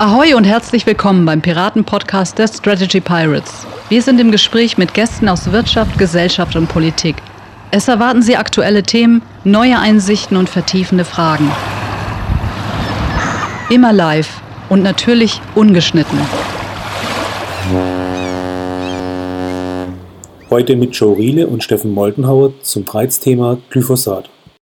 Ahoi und herzlich willkommen beim Piraten-Podcast der Strategy Pirates. Wir sind im Gespräch mit Gästen aus Wirtschaft, Gesellschaft und Politik. Es erwarten Sie aktuelle Themen, neue Einsichten und vertiefende Fragen. Immer live und natürlich ungeschnitten. Heute mit Joe Riele und Steffen Moldenhauer zum Reizthema Glyphosat.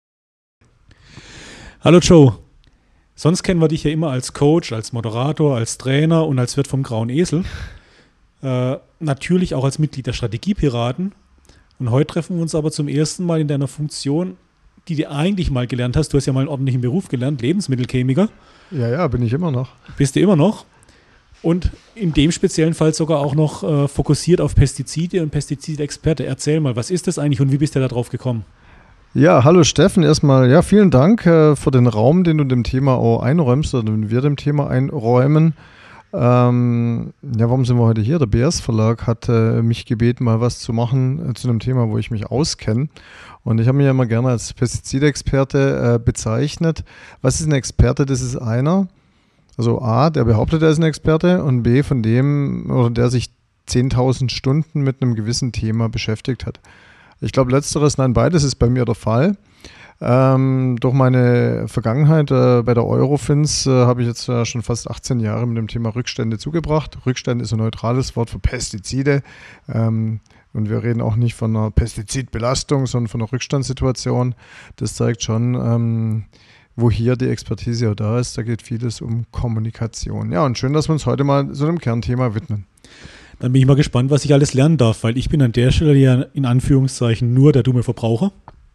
Hallo Joe. Sonst kennen wir dich ja immer als Coach, als Moderator, als Trainer und als Wirt vom Grauen Esel. Natürlich auch als Mitglied der Strategiepiraten. Und heute treffen wir uns aber zum ersten Mal in deiner Funktion, die du eigentlich mal gelernt hast. Du hast ja mal einen ordentlichen Beruf gelernt, Lebensmittelchemiker. Ja, bin ich immer noch. Bist du immer noch. Und in dem speziellen Fall sogar auch noch fokussiert auf Pestizide und Pestizidexperte. Erzähl mal, was ist das eigentlich und wie bist du da drauf gekommen? Ja, hallo Steffen, erstmal vielen Dank für den Raum, den du dem Thema auch einräumst oder den wir dem Thema einräumen. Warum sind wir heute hier? Der BS Verlag hat mich gebeten, mal was zu machen zu einem Thema, wo ich mich auskenne. Und ich habe mich ja immer gerne als Pestizidexperte bezeichnet. Was ist ein Experte? Das ist einer, also A, der behauptet, er ist ein Experte, und B, von dem, oder der sich 10.000 Stunden mit einem gewissen Thema beschäftigt hat. Ich glaube, letzteres, nein, beides ist bei mir der Fall. Durch meine Vergangenheit bei der Eurofins habe ich jetzt schon fast 18 Jahre mit dem Thema Rückstände zugebracht. Rückstände ist ein neutrales Wort für Pestizide. Und wir reden auch nicht von einer Pestizidbelastung, sondern von einer Rückstandssituation. Das zeigt schon, wo hier die Expertise auch da ist. Da geht vieles um Kommunikation. Ja, und schön, dass wir uns heute mal so einem Kernthema widmen. Dann bin ich mal gespannt, was ich alles lernen darf, weil ich bin an der Stelle ja in Anführungszeichen nur der dumme Verbraucher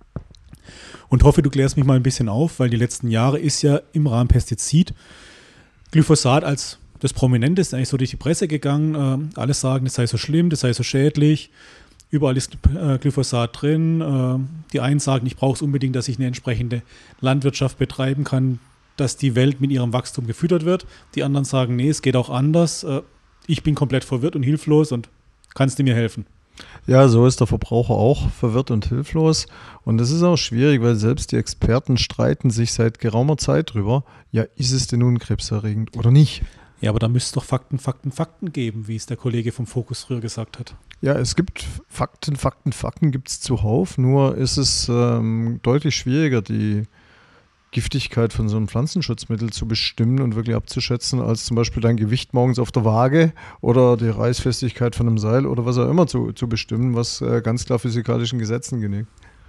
und hoffe, du klärst mich mal ein bisschen auf, weil die letzten Jahre ist ja im Rahmen Pestizid Glyphosat als das Prominenteste eigentlich so durch die Presse gegangen. Alles sagen, das sei so schlimm, das sei so schädlich, überall ist Glyphosat drin. Die einen sagen, ich brauche es unbedingt, dass ich eine entsprechende Landwirtschaft betreiben kann, dass die Welt mit ihrem Wachstum gefüttert wird. Die anderen sagen, nee, es geht auch anders. Ich bin komplett verwirrt und hilflos und kannst du mir helfen? Ja, so ist der Verbraucher auch verwirrt und hilflos. Und das ist auch schwierig, weil selbst die Experten streiten sich seit geraumer Zeit drüber. Ja, ist es denn nun krebserregend oder nicht? Ja, aber da müsste es doch Fakten geben, wie es der Kollege vom Fokus früher gesagt hat. Ja, es gibt Fakten gibt es zuhauf. Nur ist es deutlich schwieriger, die Giftigkeit von so einem Pflanzenschutzmittel zu bestimmen und wirklich abzuschätzen, als zum Beispiel dein Gewicht morgens auf der Waage oder die Reißfestigkeit von einem Seil oder was auch immer zu bestimmen, was ganz klar physikalischen Gesetzen genügt.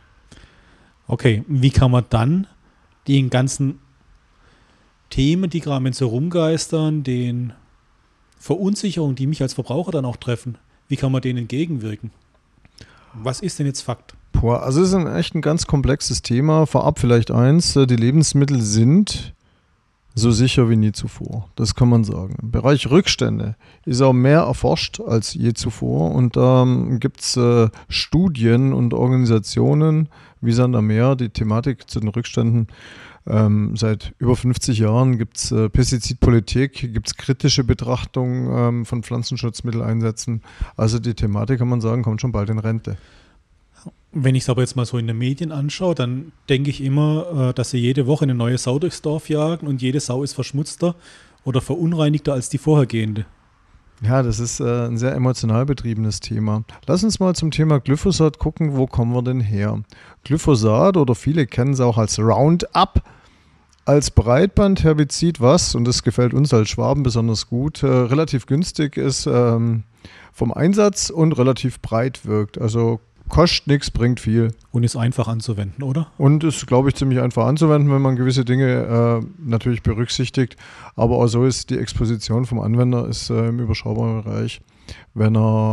Okay, wie kann man dann den ganzen Themen, die gerade so rumgeistern, den Verunsicherungen, die mich als Verbraucher dann auch treffen, wie kann man denen entgegenwirken? Was ist denn jetzt Fakt? Also es ist echt ein ganz komplexes Thema. Vorab vielleicht eins, die Lebensmittel sind so sicher wie nie zuvor. Das kann man sagen. Im Bereich Rückstände ist auch mehr erforscht als je zuvor. Und da gibt es Studien und Organisationen wie Sand am Meer, die Thematik zu den Rückständen. Seit über 50 Jahren gibt es Pestizidpolitik, gibt es kritische Betrachtung von Pflanzenschutzmitteleinsätzen. Also die Thematik, kann man sagen, kommt schon bald in Rente. Wenn ich es aber jetzt mal so in den Medien anschaue, dann denke ich immer, dass sie jede Woche eine neue Sau durchs Dorf jagen und jede Sau ist verschmutzter oder verunreinigter als die vorhergehende. Ja, das ist ein sehr emotional betriebenes Thema. Lass uns mal zum Thema Glyphosat gucken, wo kommen wir denn her? Glyphosat, oder viele kennen es auch als Roundup, als Breitbandherbizid, was, und das gefällt uns als Schwaben besonders gut, relativ günstig ist vom Einsatz und relativ breit wirkt. Also kostet nichts, bringt viel. Und ist einfach anzuwenden, oder? Und ist, glaube ich, ziemlich einfach anzuwenden, wenn man gewisse Dinge natürlich berücksichtigt. Aber auch so ist die Exposition vom Anwender ist im überschaubaren Bereich, wenn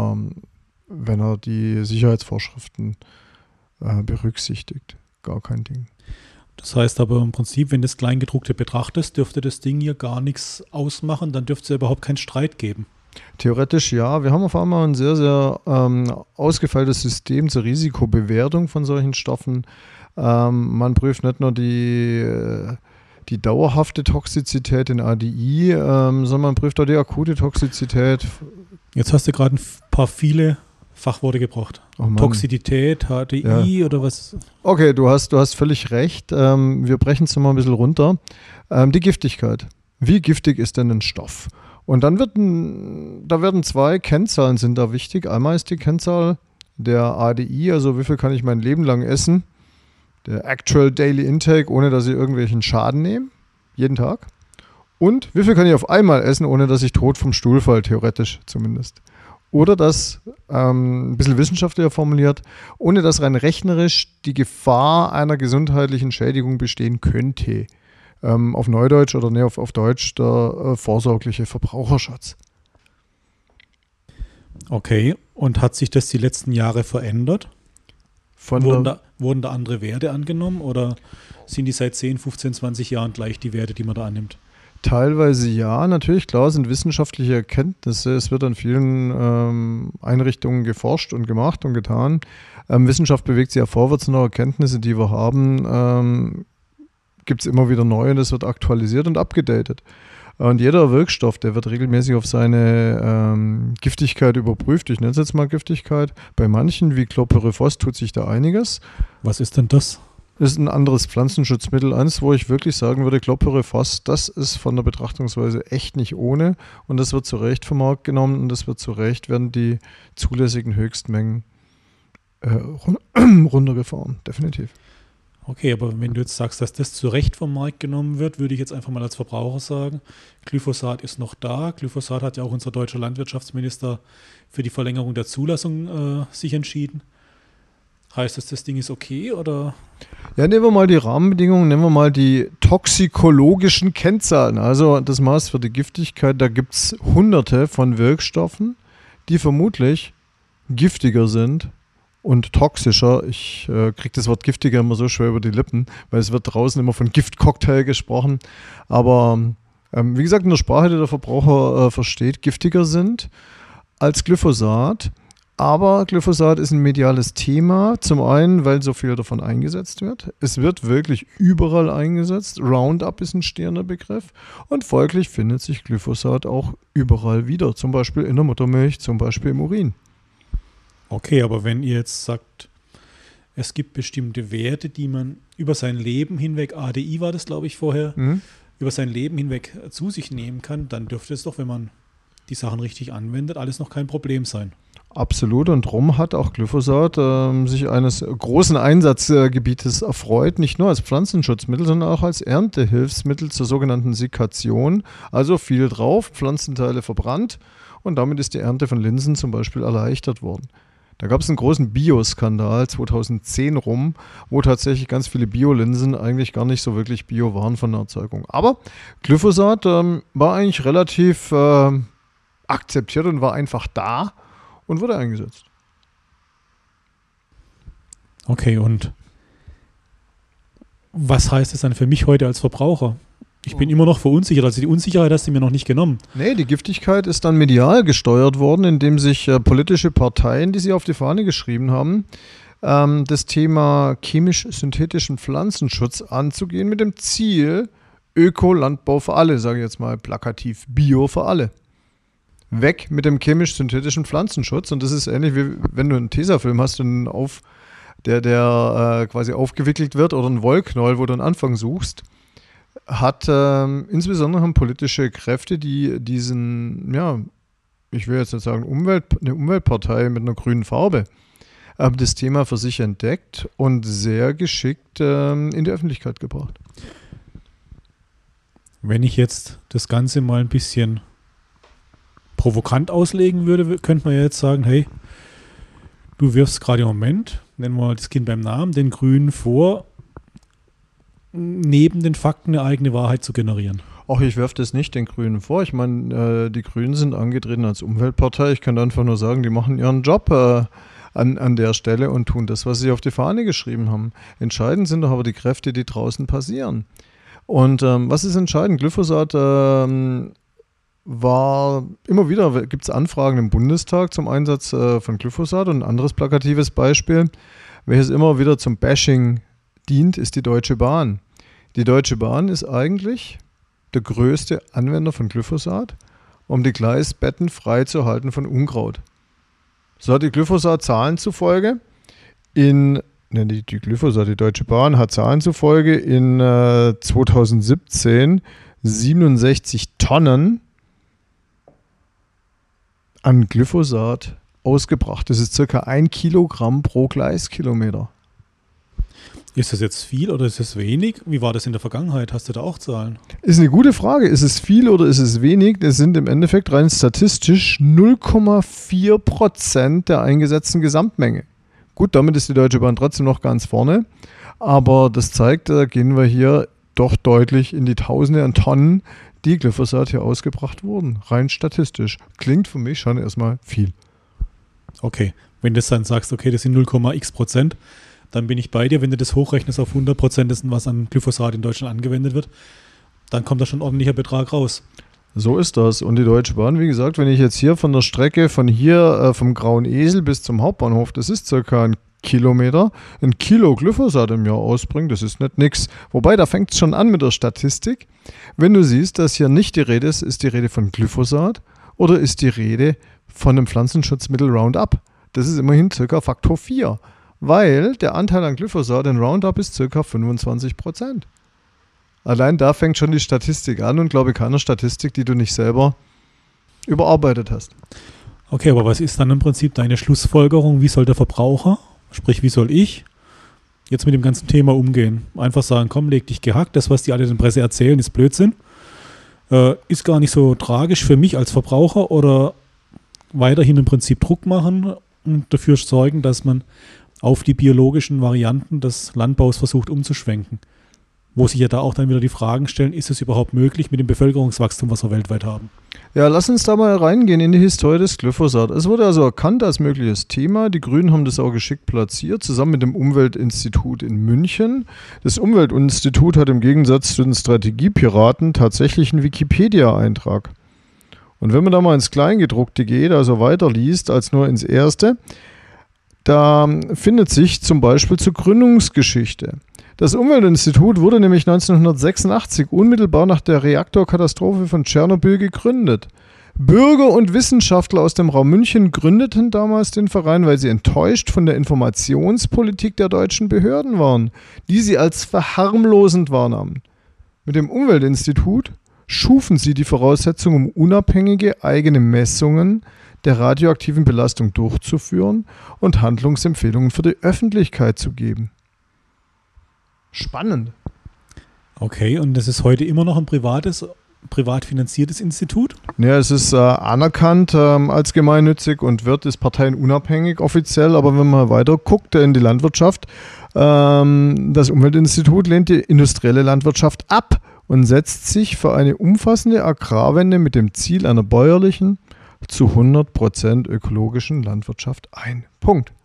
er die Sicherheitsvorschriften berücksichtigt. Gar kein Ding. Das heißt aber im Prinzip, wenn du das Kleingedruckte betrachtest, dürfte das Ding hier gar nichts ausmachen, dann dürfte es ja überhaupt keinen Streit geben. Theoretisch ja. Wir haben auf einmal ein sehr, sehr ausgefeiltes System zur Risikobewertung von solchen Stoffen. Man prüft nicht nur die dauerhafte Toxizität in ADI, sondern man prüft auch die akute Toxizität. Jetzt hast du gerade ein paar viele Fachworte gebraucht. Oh Toxizität, HDI oder was? Okay, du hast völlig recht. Wir brechen es mal ein bisschen runter. Die Giftigkeit. wie giftig ist denn ein Stoff? Und dann werden 2 Kennzahlen sind da wichtig. Einmal ist die Kennzahl der ADI, also wie viel kann ich mein Leben lang essen, der Actual Daily Intake, ohne dass ich irgendwelchen Schaden nehme, jeden Tag. Und wie viel kann ich auf einmal essen, ohne dass ich tot vom Stuhl falle, theoretisch zumindest. Oder das, ein bisschen wissenschaftlicher formuliert, ohne dass rein rechnerisch die Gefahr einer gesundheitlichen Schädigung bestehen könnte. Auf Neudeutsch oder auf Deutsch der vorsorgliche Verbraucherschutz. Okay, und hat sich das die letzten Jahre verändert? Wurden da andere Werte angenommen oder sind die seit 10, 15, 20 Jahren gleich die Werte, die man da annimmt? Teilweise ja, natürlich, klar, sind wissenschaftliche Erkenntnisse. Es wird an vielen Einrichtungen geforscht und gemacht und getan. Wissenschaft bewegt sich ja vorwärts, und Erkenntnisse, die wir haben, gibt es immer wieder neu und das wird aktualisiert und abgedatet. Und jeder Wirkstoff, der wird regelmäßig auf seine Giftigkeit überprüft. Ich nenne es jetzt mal Giftigkeit. Bei manchen, wie Chlorpyrifos, tut sich da einiges. Was ist denn das? Das ist ein anderes Pflanzenschutzmittel. Eins, wo ich wirklich sagen würde, Chlorpyrifos, das ist von der Betrachtungsweise echt nicht ohne. Und das wird zu Recht vom Markt genommen und das wird zu Recht, werden die zulässigen Höchstmengen runtergefahren. Definitiv. Okay, aber wenn du jetzt sagst, dass das zu Recht vom Markt genommen wird, würde ich jetzt einfach mal als Verbraucher sagen, Glyphosat ist noch da. Glyphosat hat ja auch unser deutscher Landwirtschaftsminister für die Verlängerung der Zulassung sich entschieden. Heißt das Ding ist okay oder? Ja, nehmen wir mal die Rahmenbedingungen, nehmen wir mal die toxikologischen Kennzahlen. Also das Maß für die Giftigkeit, da gibt es hunderte von Wirkstoffen, die vermutlich giftiger sind und toxischer. Ich kriege das Wort giftiger immer so schwer über die Lippen, weil es wird draußen immer von Giftcocktail gesprochen. Aber wie gesagt, in der Sprache, die der Verbraucher versteht, giftiger sind als Glyphosat. Aber Glyphosat ist ein mediales Thema. Zum einen, weil so viel davon eingesetzt wird. Es wird wirklich überall eingesetzt. Roundup ist ein stehender Begriff. Und folglich findet sich Glyphosat auch überall wieder. Zum Beispiel in der Muttermilch, zum Beispiel im Urin. Okay, aber wenn ihr jetzt sagt, es gibt bestimmte Werte, die man über sein Leben hinweg, ADI war das, glaube ich, vorher, über sein Leben hinweg zu sich nehmen kann, dann dürfte es doch, wenn man die Sachen richtig anwendet, alles noch kein Problem sein. Absolut, und drum hat auch Glyphosat sich eines großen Einsatzgebietes erfreut, nicht nur als Pflanzenschutzmittel, sondern auch als Erntehilfsmittel zur sogenannten Sikation. Also viel drauf, Pflanzenteile verbrannt und damit ist die Ernte von Linsen zum Beispiel erleichtert worden. Da gab es einen großen Bioskandal 2010 rum, wo tatsächlich ganz viele Biolinsen eigentlich gar nicht so wirklich bio waren von der Erzeugung. Aber Glyphosat war eigentlich relativ akzeptiert und war einfach da und wurde eingesetzt. Okay, und was heißt es dann für mich heute als Verbraucher? Ich bin immer noch verunsichert, also die Unsicherheit hast du mir noch nicht genommen. Nee, die Giftigkeit ist dann medial gesteuert worden, indem sich politische Parteien, die sie auf die Fahne geschrieben haben, das Thema chemisch-synthetischen Pflanzenschutz anzugehen mit dem Ziel Ökolandbau für alle, sage ich jetzt mal plakativ, Bio für alle. Weg mit dem chemisch-synthetischen Pflanzenschutz. Und das ist ähnlich wie wenn du einen Tesafilm hast, der quasi aufgewickelt wird oder einen Wollknäuel, wo du einen Anfang suchst, hat insbesondere haben politische Kräfte, die diesen, ja, ich will jetzt nicht sagen eine Umweltpartei mit einer grünen Farbe, das Thema für sich entdeckt und sehr geschickt in die Öffentlichkeit gebracht. Wenn ich jetzt das Ganze mal ein bisschen provokant auslegen würde, könnte man ja jetzt sagen, hey, du wirfst gerade im Moment, nennen wir mal das Kind beim Namen, den Grünen vor, neben den Fakten eine eigene Wahrheit zu generieren. Ach, ich werfe das nicht den Grünen vor. Ich meine, die Grünen sind angetreten als Umweltpartei. Ich kann einfach nur sagen, die machen ihren Job an der Stelle und tun das, was sie auf die Fahne geschrieben haben. Entscheidend sind doch aber die Kräfte, die draußen passieren. Und was ist entscheidend? Glyphosat war immer wieder, gibt es Anfragen im Bundestag zum Einsatz von Glyphosat und ein anderes plakatives Beispiel, welches immer wieder zum Bashing dient, ist die Deutsche Bahn. Die Deutsche Bahn ist eigentlich der größte Anwender von Glyphosat, um die Gleisbetten frei zu halten von Unkraut. So hat die Glyphosat-Zahlen zufolge die Deutsche Bahn hat Zahlen zufolge in 2017 67 Tonnen an Glyphosat ausgebracht. Das ist circa 1 Kilogramm pro Gleiskilometer. Ist das jetzt viel oder ist es wenig? Wie war das in der Vergangenheit? Hast du da auch Zahlen? Ist eine gute Frage. Ist es viel oder ist es wenig? Das sind im Endeffekt rein statistisch 0,4% der eingesetzten Gesamtmenge. Gut, damit ist die Deutsche Bahn trotzdem noch ganz vorne. Aber das zeigt, da gehen wir hier doch deutlich in die Tausende an Tonnen, die Glyphosat hier ausgebracht wurden. Rein statistisch. Klingt für mich schon erstmal viel. Okay, wenn du dann sagst, okay, das sind 0,x%, dann bin ich bei dir. Wenn du das hochrechnest auf 100% dessen, was an Glyphosat in Deutschland angewendet wird, dann kommt da schon ein ordentlicher Betrag raus. So ist das. Und die Deutsche Bahn, wie gesagt, wenn ich jetzt hier von der Strecke vom Grauen Esel bis zum Hauptbahnhof, das ist circa 1 Kilometer, 1 Kilo Glyphosat im Jahr ausbringt, das ist nicht nix. Wobei, da fängt es schon an mit der Statistik. Wenn du siehst, dass hier nicht die Rede ist die Rede von Glyphosat oder ist die Rede von einem Pflanzenschutzmittel Roundup? Das ist immerhin circa Faktor 4. Weil der Anteil an Glyphosat in Roundup ist ca. 25%. Allein da fängt schon die Statistik an und glaube keine Statistik, die du nicht selber überarbeitet hast. Okay, aber was ist dann im Prinzip deine Schlussfolgerung? Wie soll der Verbraucher, sprich wie soll ich, jetzt mit dem ganzen Thema umgehen? Einfach sagen, komm, leg dich gehackt, das, was die alle in der Presse erzählen, ist Blödsinn. Ist gar nicht so tragisch für mich als Verbraucher oder weiterhin im Prinzip Druck machen und dafür sorgen, dass man auf die biologischen Varianten des Landbaus versucht umzuschwenken. Wo sich ja da auch dann wieder die Fragen stellen, ist es überhaupt möglich mit dem Bevölkerungswachstum, was wir weltweit haben? Ja, lass uns da mal reingehen in die Historie des Glyphosat. Es wurde also erkannt als mögliches Thema. Die Grünen haben das auch geschickt platziert, zusammen mit dem Umweltinstitut in München. Das Umweltinstitut hat im Gegensatz zu den Strategiepiraten tatsächlich einen Wikipedia-Eintrag. Und wenn man da mal ins Kleingedruckte geht, also weiter liest als nur ins Erste, da findet sich zum Beispiel zur Gründungsgeschichte. Das Umweltinstitut wurde nämlich 1986 unmittelbar nach der Reaktorkatastrophe von Tschernobyl gegründet. Bürger und Wissenschaftler aus dem Raum München gründeten damals den Verein, weil sie enttäuscht von der Informationspolitik der deutschen Behörden waren, die sie als verharmlosend wahrnahmen. Mit dem Umweltinstitut schufen sie die Voraussetzungen, um unabhängige eigene Messungen der radioaktiven Belastung durchzuführen und Handlungsempfehlungen für die Öffentlichkeit zu geben. Spannend. Okay, und das ist heute immer noch ein privat finanziertes Institut? Ja, es ist anerkannt als gemeinnützig und ist parteienunabhängig offiziell, aber wenn man weiter guckt in die Landwirtschaft, das Umweltinstitut lehnt die industrielle Landwirtschaft ab und setzt sich für eine umfassende Agrarwende mit dem Ziel einer bäuerlichen, zu 100% ökologischen Landwirtschaft ein. Punkt.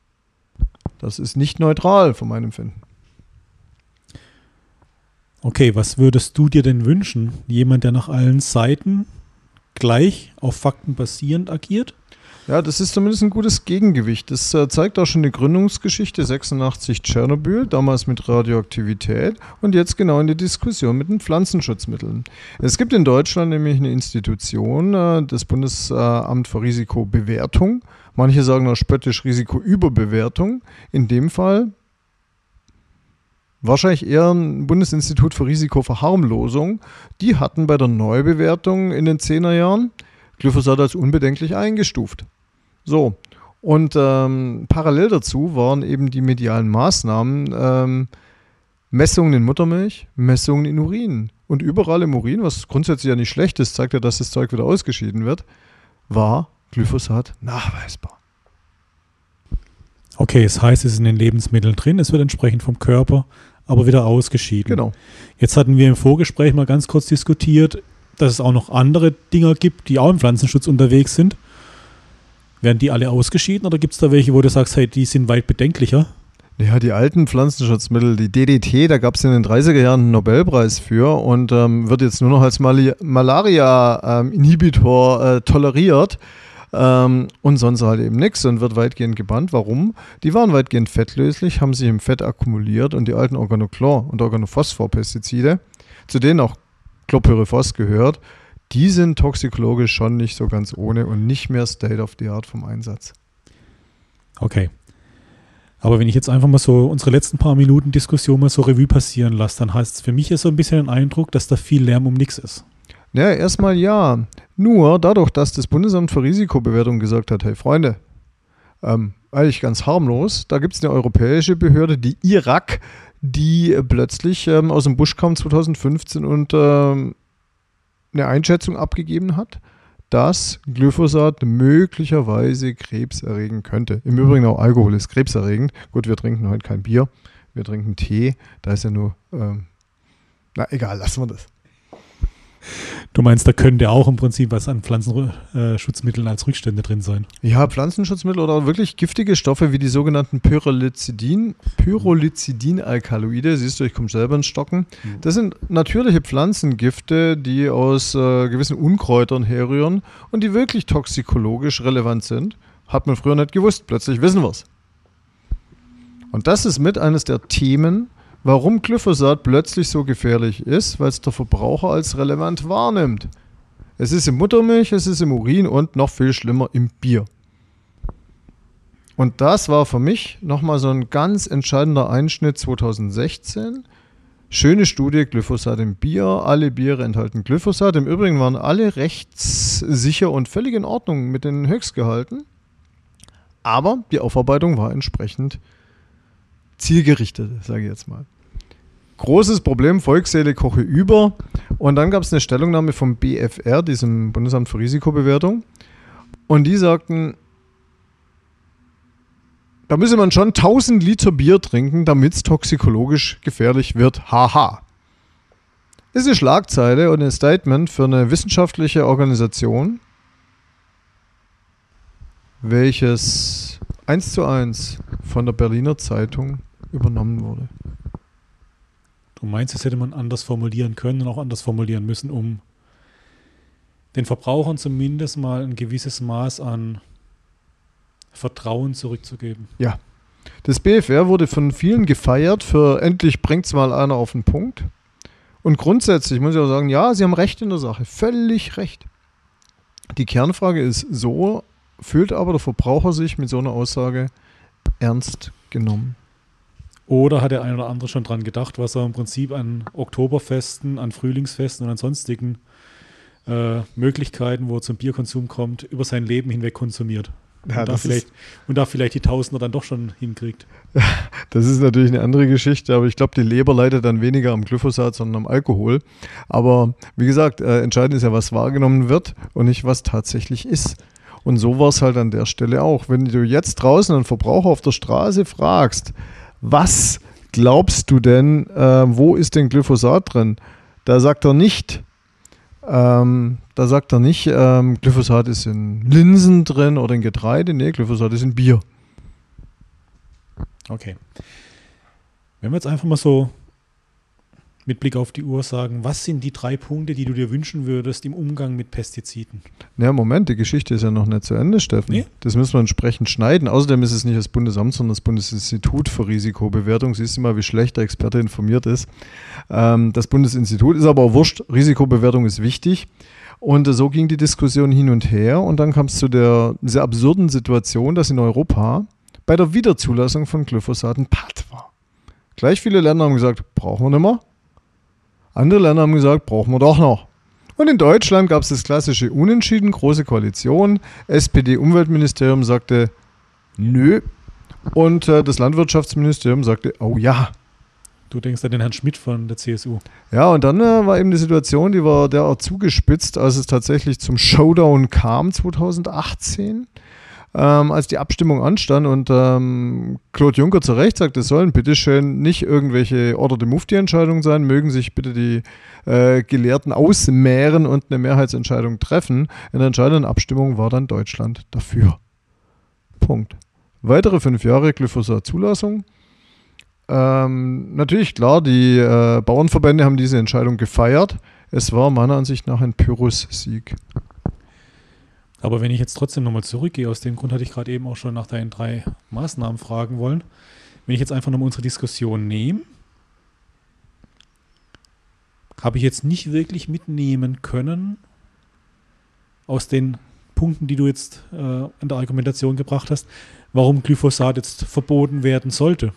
Das ist nicht neutral von meinem Empfinden. Okay, was würdest du dir denn wünschen? Jemand, der nach allen Seiten gleich auf Fakten basierend agiert? Ja, das ist zumindest ein gutes Gegengewicht. Das zeigt auch schon die Gründungsgeschichte 86 Tschernobyl, damals mit Radioaktivität und jetzt genau in die Diskussion mit den Pflanzenschutzmitteln. Es gibt in Deutschland nämlich eine Institution, das Bundesamt für Risikobewertung. Manche sagen auch spöttisch Risikoüberbewertung. In dem Fall wahrscheinlich eher ein Bundesinstitut für Risikoverharmlosung. Die hatten bei der Neubewertung in den 10er Jahren Glyphosat als unbedenklich eingestuft. So, und parallel dazu waren eben die medialen Maßnahmen Messungen in Muttermilch, Messungen in Urin. Und überall im Urin, was grundsätzlich ja nicht schlecht ist, zeigt ja, dass das Zeug wieder ausgeschieden wird, war Glyphosat nachweisbar. Okay, es heißt, es ist in den Lebensmitteln drin, es wird entsprechend vom Körper aber wieder ausgeschieden. Genau. Jetzt hatten wir im Vorgespräch mal ganz kurz diskutiert, dass es auch noch andere Dinger gibt, die auch im Pflanzenschutz unterwegs sind. Werden die alle ausgeschieden oder gibt es da welche, wo du sagst, hey, die sind weit bedenklicher? Ja, die alten Pflanzenschutzmittel, die DDT, da gab es in den 30er Jahren einen Nobelpreis für und wird jetzt nur noch als Malaria-Inhibitor toleriert und sonst halt eben nichts und wird weitgehend gebannt. Warum? Die waren weitgehend fettlöslich, haben sich im Fett akkumuliert und die alten Organochlor- und Organophosphor-Pestizide, zu denen auch Chlorpyrifos gehört, die sind toxikologisch schon nicht so ganz ohne und nicht mehr State of the Art vom Einsatz. Okay. Aber wenn ich jetzt einfach mal so unsere letzten paar Minuten Diskussion mal so Revue passieren lasse, dann heißt es für mich so ein bisschen den Eindruck, dass da viel Lärm um nichts ist. Ja, erstmal ja. Nur dadurch, dass das Bundesamt für Risikobewertung gesagt hat, hey Freunde, eigentlich ganz harmlos, da gibt es eine europäische Behörde, die IRAC, die plötzlich aus dem Busch kam 2015 und eine Einschätzung abgegeben hat, dass Glyphosat möglicherweise Krebs erregen könnte. Im Übrigen auch Alkohol ist krebserregend. Gut, wir trinken heute kein Bier, wir trinken Tee. Da ist ja nur, na egal, lassen wir das. Du meinst, da könnte auch im Prinzip was an Pflanzenschutzmitteln als Rückstände drin sein? Ja, Pflanzenschutzmittel oder wirklich giftige Stoffe wie die sogenannten Pyrrolizidin-Alkaloide. Siehst du, ich komme selber ins Stocken. Das sind natürliche Pflanzengifte, die aus gewissen Unkräutern herrühren und die wirklich toxikologisch relevant sind. Hat man früher nicht gewusst, plötzlich wissen wir es. Und das ist mit eines der Themen, warum Glyphosat plötzlich so gefährlich ist, weil es der Verbraucher als relevant wahrnimmt. Es ist in Muttermilch, es ist im Urin und noch viel schlimmer im Bier. Und das war für mich nochmal so ein ganz entscheidender Einschnitt 2016. Schöne Studie, Glyphosat im Bier. Alle Biere enthalten Glyphosat. Im Übrigen waren alle rechtssicher und völlig in Ordnung mit den Höchstgehalten. Aber die Aufarbeitung war entsprechend zielgerichtet, sage ich jetzt mal. Großes Problem, Volksseele koche über. Und dann gab es eine Stellungnahme vom BfR, diesem Bundesamt für Risikobewertung. Und die sagten, da müsse man schon 1000 Liter Bier trinken, damit es toxikologisch gefährlich wird. Haha. Ist eine Schlagzeile und ein Statement für eine wissenschaftliche Organisation, welches 1:1 von der Berliner Zeitung übernommen wurde. Du meinst, das hätte man anders formulieren können und auch anders formulieren müssen, um den Verbrauchern zumindest mal ein gewisses Maß an Vertrauen zurückzugeben. Ja, das BfR wurde von vielen gefeiert für endlich bringt es mal einer auf den Punkt. Und grundsätzlich muss ich auch sagen, ja, sie haben recht in der Sache, völlig recht. Die Kernfrage ist so, fühlt aber der Verbraucher sich mit so einer Aussage ernst genommen? Oder hat der ein oder andere schon dran gedacht, was er im Prinzip an Oktoberfesten, an Frühlingsfesten und an sonstigen Möglichkeiten, wo er zum Bierkonsum kommt, über sein Leben hinweg konsumiert. Ja, und da vielleicht die Tausender dann doch schon hinkriegt. Das ist natürlich eine andere Geschichte, aber ich glaube, die Leber leidet dann weniger am Glyphosat, sondern am Alkohol. Aber wie gesagt, entscheidend ist ja, was wahrgenommen wird und nicht, was tatsächlich ist. Und so war es halt an der Stelle auch. Wenn du jetzt draußen einen Verbraucher auf der Straße fragst, was glaubst du denn, wo ist denn Glyphosat drin? Da sagt er nicht, Glyphosat ist in Linsen drin oder in Getreide. Nee, Glyphosat ist in Bier. Okay. Wenn wir jetzt einfach mal so mit Blick auf die Uhr sagen, was sind die 3 Punkte, die du dir wünschen würdest im Umgang mit Pestiziden? Ja, Moment, die Geschichte ist ja noch nicht zu Ende, Steffen. Nee? Das müssen wir entsprechend schneiden. Außerdem ist es nicht das Bundesamt, sondern das Bundesinstitut für Risikobewertung. Siehst du mal, wie schlecht der Experte informiert ist. Das Bundesinstitut ist aber auch wurscht. Risikobewertung ist wichtig. Und so ging die Diskussion hin und her. Und dann kam es zu dieser absurden Situation, dass in Europa bei der Wiederzulassung von Glyphosat ein Patt war. Gleich viele Länder haben gesagt, brauchen wir nicht mehr. Andere Länder haben gesagt, brauchen wir doch noch. Und in Deutschland gab es das klassische Unentschieden, große Koalition. SPD-Umweltministerium sagte, nö. Und das Landwirtschaftsministerium sagte, oh ja. Du denkst an den Herrn Schmidt von der CSU. Ja, und dann war eben die Situation, die war derart zugespitzt, als es tatsächlich zum Showdown kam 2018. Als die Abstimmung anstand und Claude Juncker zu Recht sagt, es sollen bitteschön nicht irgendwelche Order-the-Mufti-Entscheidungen sein, mögen sich bitte die Gelehrten ausmehren und eine Mehrheitsentscheidung treffen. In der entscheidenden Abstimmung war dann Deutschland dafür. Punkt. Weitere 5 Jahre Glyphosat-Zulassung. Natürlich, klar, die Bauernverbände haben diese Entscheidung gefeiert. Es war meiner Ansicht nach ein Pyrrhus-Sieg. Aber wenn ich jetzt trotzdem nochmal zurückgehe, aus dem Grund hatte ich gerade eben auch schon nach deinen 3 Maßnahmen fragen wollen. Wenn ich jetzt einfach nochmal unsere Diskussion nehme, habe ich jetzt nicht wirklich mitnehmen können aus den Punkten, die du jetzt in der Argumentation gebracht hast, warum Glyphosat jetzt verboten werden sollte.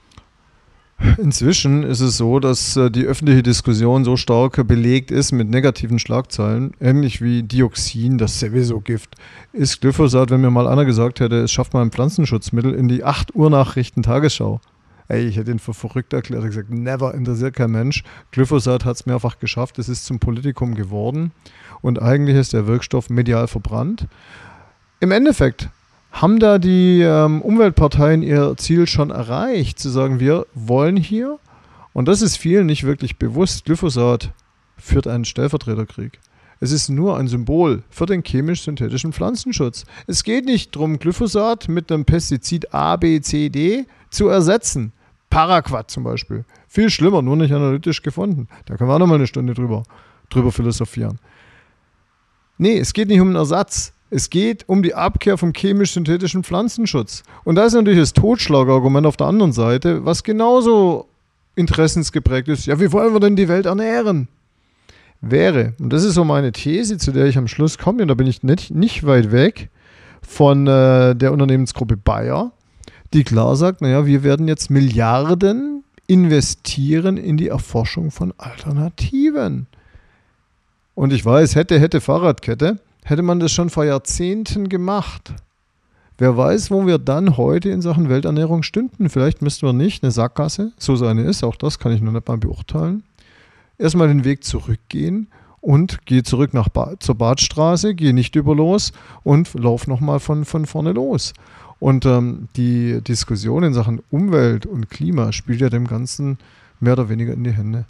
Inzwischen ist es so, dass die öffentliche Diskussion so stark belegt ist mit negativen Schlagzeilen, ähnlich wie Dioxin, das Seveso-Gift, ist Glyphosat, wenn mir mal einer gesagt hätte, es schafft mal ein Pflanzenschutzmittel in die 8 Uhr Nachrichten Tagesschau. Ey, ich hätte ihn für verrückt erklärt, gesagt, never, interessiert kein Mensch. Glyphosat hat es mehrfach geschafft, es ist zum Politikum geworden und eigentlich ist der Wirkstoff medial verbrannt. Im Endeffekt haben da die Umweltparteien ihr Ziel schon erreicht, zu sagen, wir wollen hier, und das ist vielen nicht wirklich bewusst, Glyphosat führt einen Stellvertreterkrieg. Es ist nur ein Symbol für den chemisch-synthetischen Pflanzenschutz. Es geht nicht darum, Glyphosat mit einem Pestizid A, B, C, D zu ersetzen. Paraquat zum Beispiel. Viel schlimmer, nur nicht analytisch gefunden. Da können wir auch noch mal eine Stunde drüber philosophieren. Nee, es geht nicht um einen Ersatz. Es geht um die Abkehr vom chemisch-synthetischen Pflanzenschutz. Und da ist natürlich das Totschlagargument auf der anderen Seite, was genauso interessensgeprägt ist. Ja, wie wollen wir denn die Welt ernähren? Wäre, und das ist so meine These, zu der ich am Schluss komme, und da bin ich nicht weit weg von der Unternehmensgruppe Bayer, die klar sagt, naja, wir werden jetzt Milliarden investieren in die Erforschung von Alternativen. Und ich weiß, hätte Fahrradkette, hätte man das schon vor Jahrzehnten gemacht. Wer weiß, wo wir dann heute in Sachen Welternährung stünden. Vielleicht müssten wir nicht eine Sackgasse, so seine ist, auch das kann ich noch nicht mal beurteilen, erstmal den Weg zurückgehen und gehe zurück zur Badstraße, gehe nicht über los und laufe nochmal von vorne los. Und die Diskussion in Sachen Umwelt und Klima spielt ja dem Ganzen mehr oder weniger in die Hände.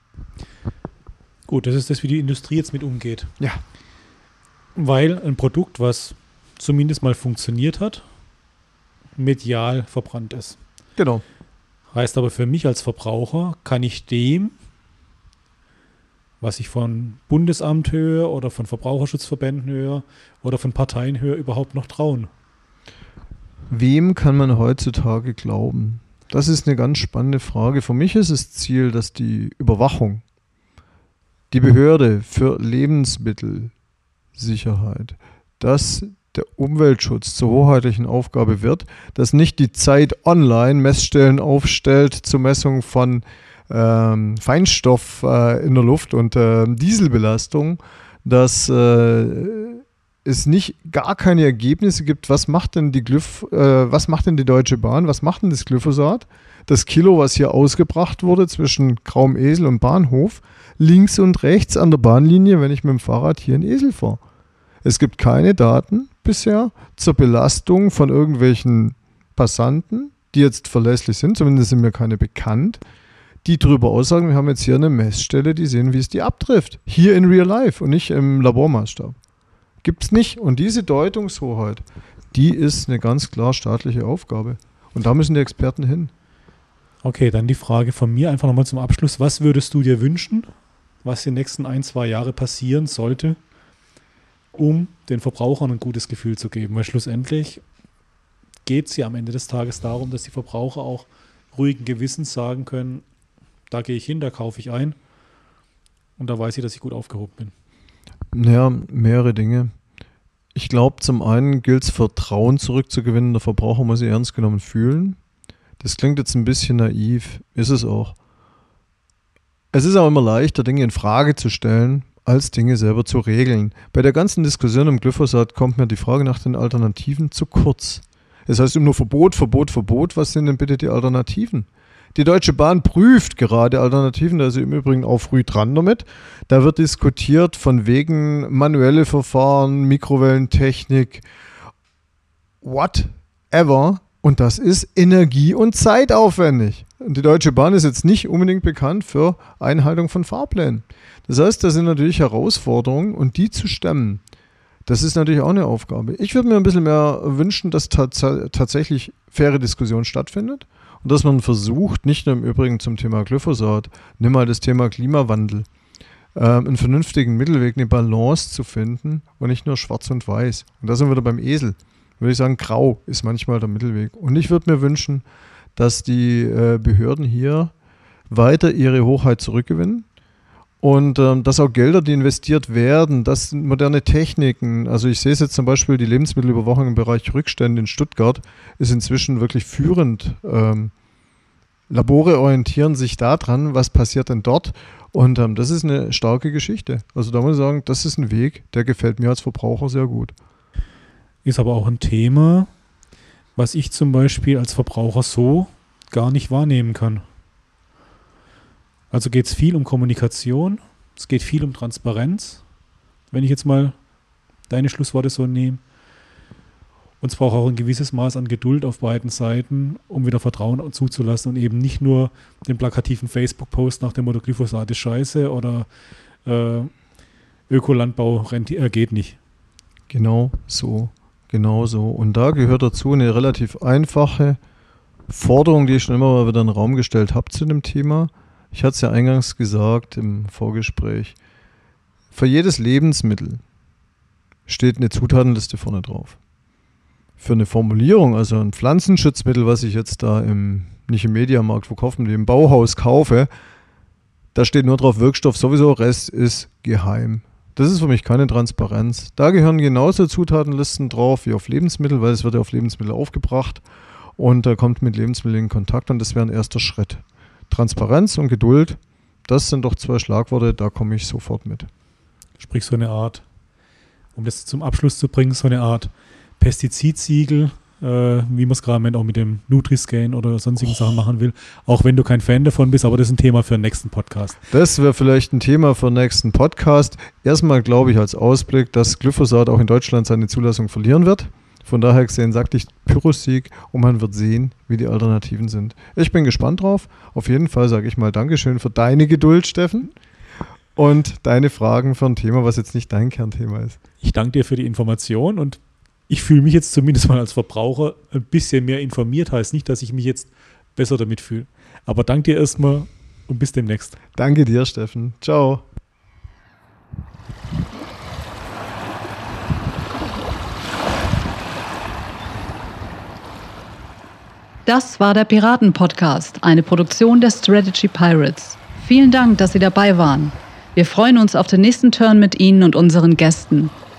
Gut, das ist das, wie die Industrie jetzt mit umgeht. Ja. Weil ein Produkt, was zumindest mal funktioniert hat, medial verbrannt ist. Genau. Heißt aber für mich als Verbraucher, kann ich dem, was ich von Bundesamt höre oder von Verbraucherschutzverbänden höre oder von Parteien höre, überhaupt noch trauen? Wem kann man heutzutage glauben? Das ist eine ganz spannende Frage. Für mich ist das Ziel, dass die Überwachung, die Behörde für Lebensmittelsicherheit, dass der Umweltschutz zur hoheitlichen Aufgabe wird, dass nicht die Zeit online Messstellen aufstellt zur Messung von Feinstoff in der Luft und Dieselbelastung, dass es nicht gar keine Ergebnisse gibt, was macht denn die Deutsche Bahn, was macht denn das Glyphosat? Das Kilo, was hier ausgebracht wurde zwischen Grauem Esel und Bahnhof, links und rechts an der Bahnlinie, wenn ich mit dem Fahrrad hier in Esel fahre. Es gibt keine Daten bisher zur Belastung von irgendwelchen Passanten, die jetzt verlässlich sind, zumindest sind mir keine bekannt, die darüber aussagen, wir haben jetzt hier eine Messstelle, die sehen, wie es die abtrifft. Hier in real life und nicht im Labormaßstab. Gibt es nicht. Und diese Deutungshoheit, die ist eine ganz klar staatliche Aufgabe. Und da müssen die Experten hin. Okay, dann die Frage von mir einfach nochmal zum Abschluss. Was würdest du dir wünschen, was die nächsten 1-2 Jahre passieren sollte, um den Verbrauchern ein gutes Gefühl zu geben? Weil schlussendlich geht es ja am Ende des Tages darum, dass die Verbraucher auch ruhigen Gewissens sagen können, da gehe ich hin, da kaufe ich ein und da weiß ich, dass ich gut aufgehoben bin. Naja, mehrere Dinge. Ich glaube, zum einen gilt es, Vertrauen zurückzugewinnen. Der Verbraucher muss sich ernst genommen fühlen. Das klingt jetzt ein bisschen naiv, ist es auch. Es ist auch immer leichter, Dinge in Frage zu stellen, als Dinge selber zu regeln. Bei der ganzen Diskussion um Glyphosat kommt mir die Frage nach den Alternativen zu kurz. Es heißt immer nur Verbot, Verbot, Verbot. Was sind denn bitte die Alternativen? Die Deutsche Bahn prüft gerade Alternativen, da ist sie im Übrigen auch früh dran damit. Da wird diskutiert von wegen manuelle Verfahren, Mikrowellentechnik, whatever. Und das ist energie- und zeitaufwendig. Und die Deutsche Bahn ist jetzt nicht unbedingt bekannt für Einhaltung von Fahrplänen. Das heißt, das sind natürlich Herausforderungen und die zu stemmen, das ist natürlich auch eine Aufgabe. Ich würde mir ein bisschen mehr wünschen, dass tatsächlich faire Diskussion stattfindet. Und dass man versucht, nicht nur im Übrigen zum Thema Glyphosat, nimm mal das Thema Klimawandel, einen vernünftigen Mittelweg, eine Balance zu finden und nicht nur schwarz und weiß. Und da sind wir wieder beim Esel. Würde ich sagen, grau ist manchmal der Mittelweg. Und ich würde mir wünschen, dass die Behörden hier weiter ihre Hoheit zurückgewinnen Und dass auch Gelder, die investiert werden, dass moderne Techniken, also ich sehe es jetzt zum Beispiel, die Lebensmittelüberwachung im Bereich Rückstände in Stuttgart ist inzwischen wirklich führend. Labore orientieren sich daran, was passiert denn dort. Und das ist eine starke Geschichte. Also da muss ich sagen, das ist ein Weg, der gefällt mir als Verbraucher sehr gut. Ist aber auch ein Thema, was ich zum Beispiel als Verbraucher so gar nicht wahrnehmen kann. Also geht es viel um Kommunikation, es geht viel um Transparenz, wenn ich jetzt mal deine Schlussworte so nehme. Und es braucht auch ein gewisses Maß an Geduld auf beiden Seiten, um wieder Vertrauen zuzulassen und eben nicht nur den plakativen Facebook-Post nach dem Motto Glyphosat ist scheiße oder Ökolandbau geht nicht. Genau so. Und da gehört dazu eine relativ einfache Forderung, die ich schon immer mal wieder in den Raum gestellt habe zu dem Thema. Ich hatte es ja eingangs gesagt im Vorgespräch. Für jedes Lebensmittel steht eine Zutatenliste vorne drauf. Für eine Formulierung, also ein Pflanzenschutzmittel, was ich jetzt da nicht im Mediamarkt verkaufe, im Bauhaus kaufe, da steht nur drauf Wirkstoff sowieso, Rest ist geheim. Das ist für mich keine Transparenz. Da gehören genauso Zutatenlisten drauf wie auf Lebensmittel, weil es wird ja auf Lebensmittel aufgebracht und da kommt mit Lebensmitteln in Kontakt und das wäre ein erster Schritt. Transparenz und Geduld, das sind doch 2 Schlagworte, da komme ich sofort mit. Sprich so eine Art, um das zum Abschluss zu bringen, so eine Art Pestizidziegel, wie man es gerade auch mit dem Nutri-Scan oder sonstigen Sachen machen will. Auch wenn du kein Fan davon bist, aber das ist ein Thema für den nächsten Podcast. Das wäre vielleicht ein Thema für den nächsten Podcast. Erstmal glaube ich als Ausblick, dass Glyphosat auch in Deutschland seine Zulassung verlieren wird. Von daher gesehen sagte ich Pyrrhussieg und man wird sehen, wie die Alternativen sind. Ich bin gespannt drauf. Auf jeden Fall sage ich mal Dankeschön für deine Geduld, Steffen, und deine Fragen für ein Thema, was jetzt nicht dein Kernthema ist. Ich danke dir für die Information und ich fühle mich jetzt zumindest mal als Verbraucher ein bisschen mehr informiert. Heißt nicht, dass ich mich jetzt besser damit fühle. Aber danke dir erstmal und bis demnächst. Danke dir, Steffen. Ciao. Das war der Piraten-Podcast, eine Produktion der Strategy Pirates. Vielen Dank, dass Sie dabei waren. Wir freuen uns auf den nächsten Turn mit Ihnen und unseren Gästen.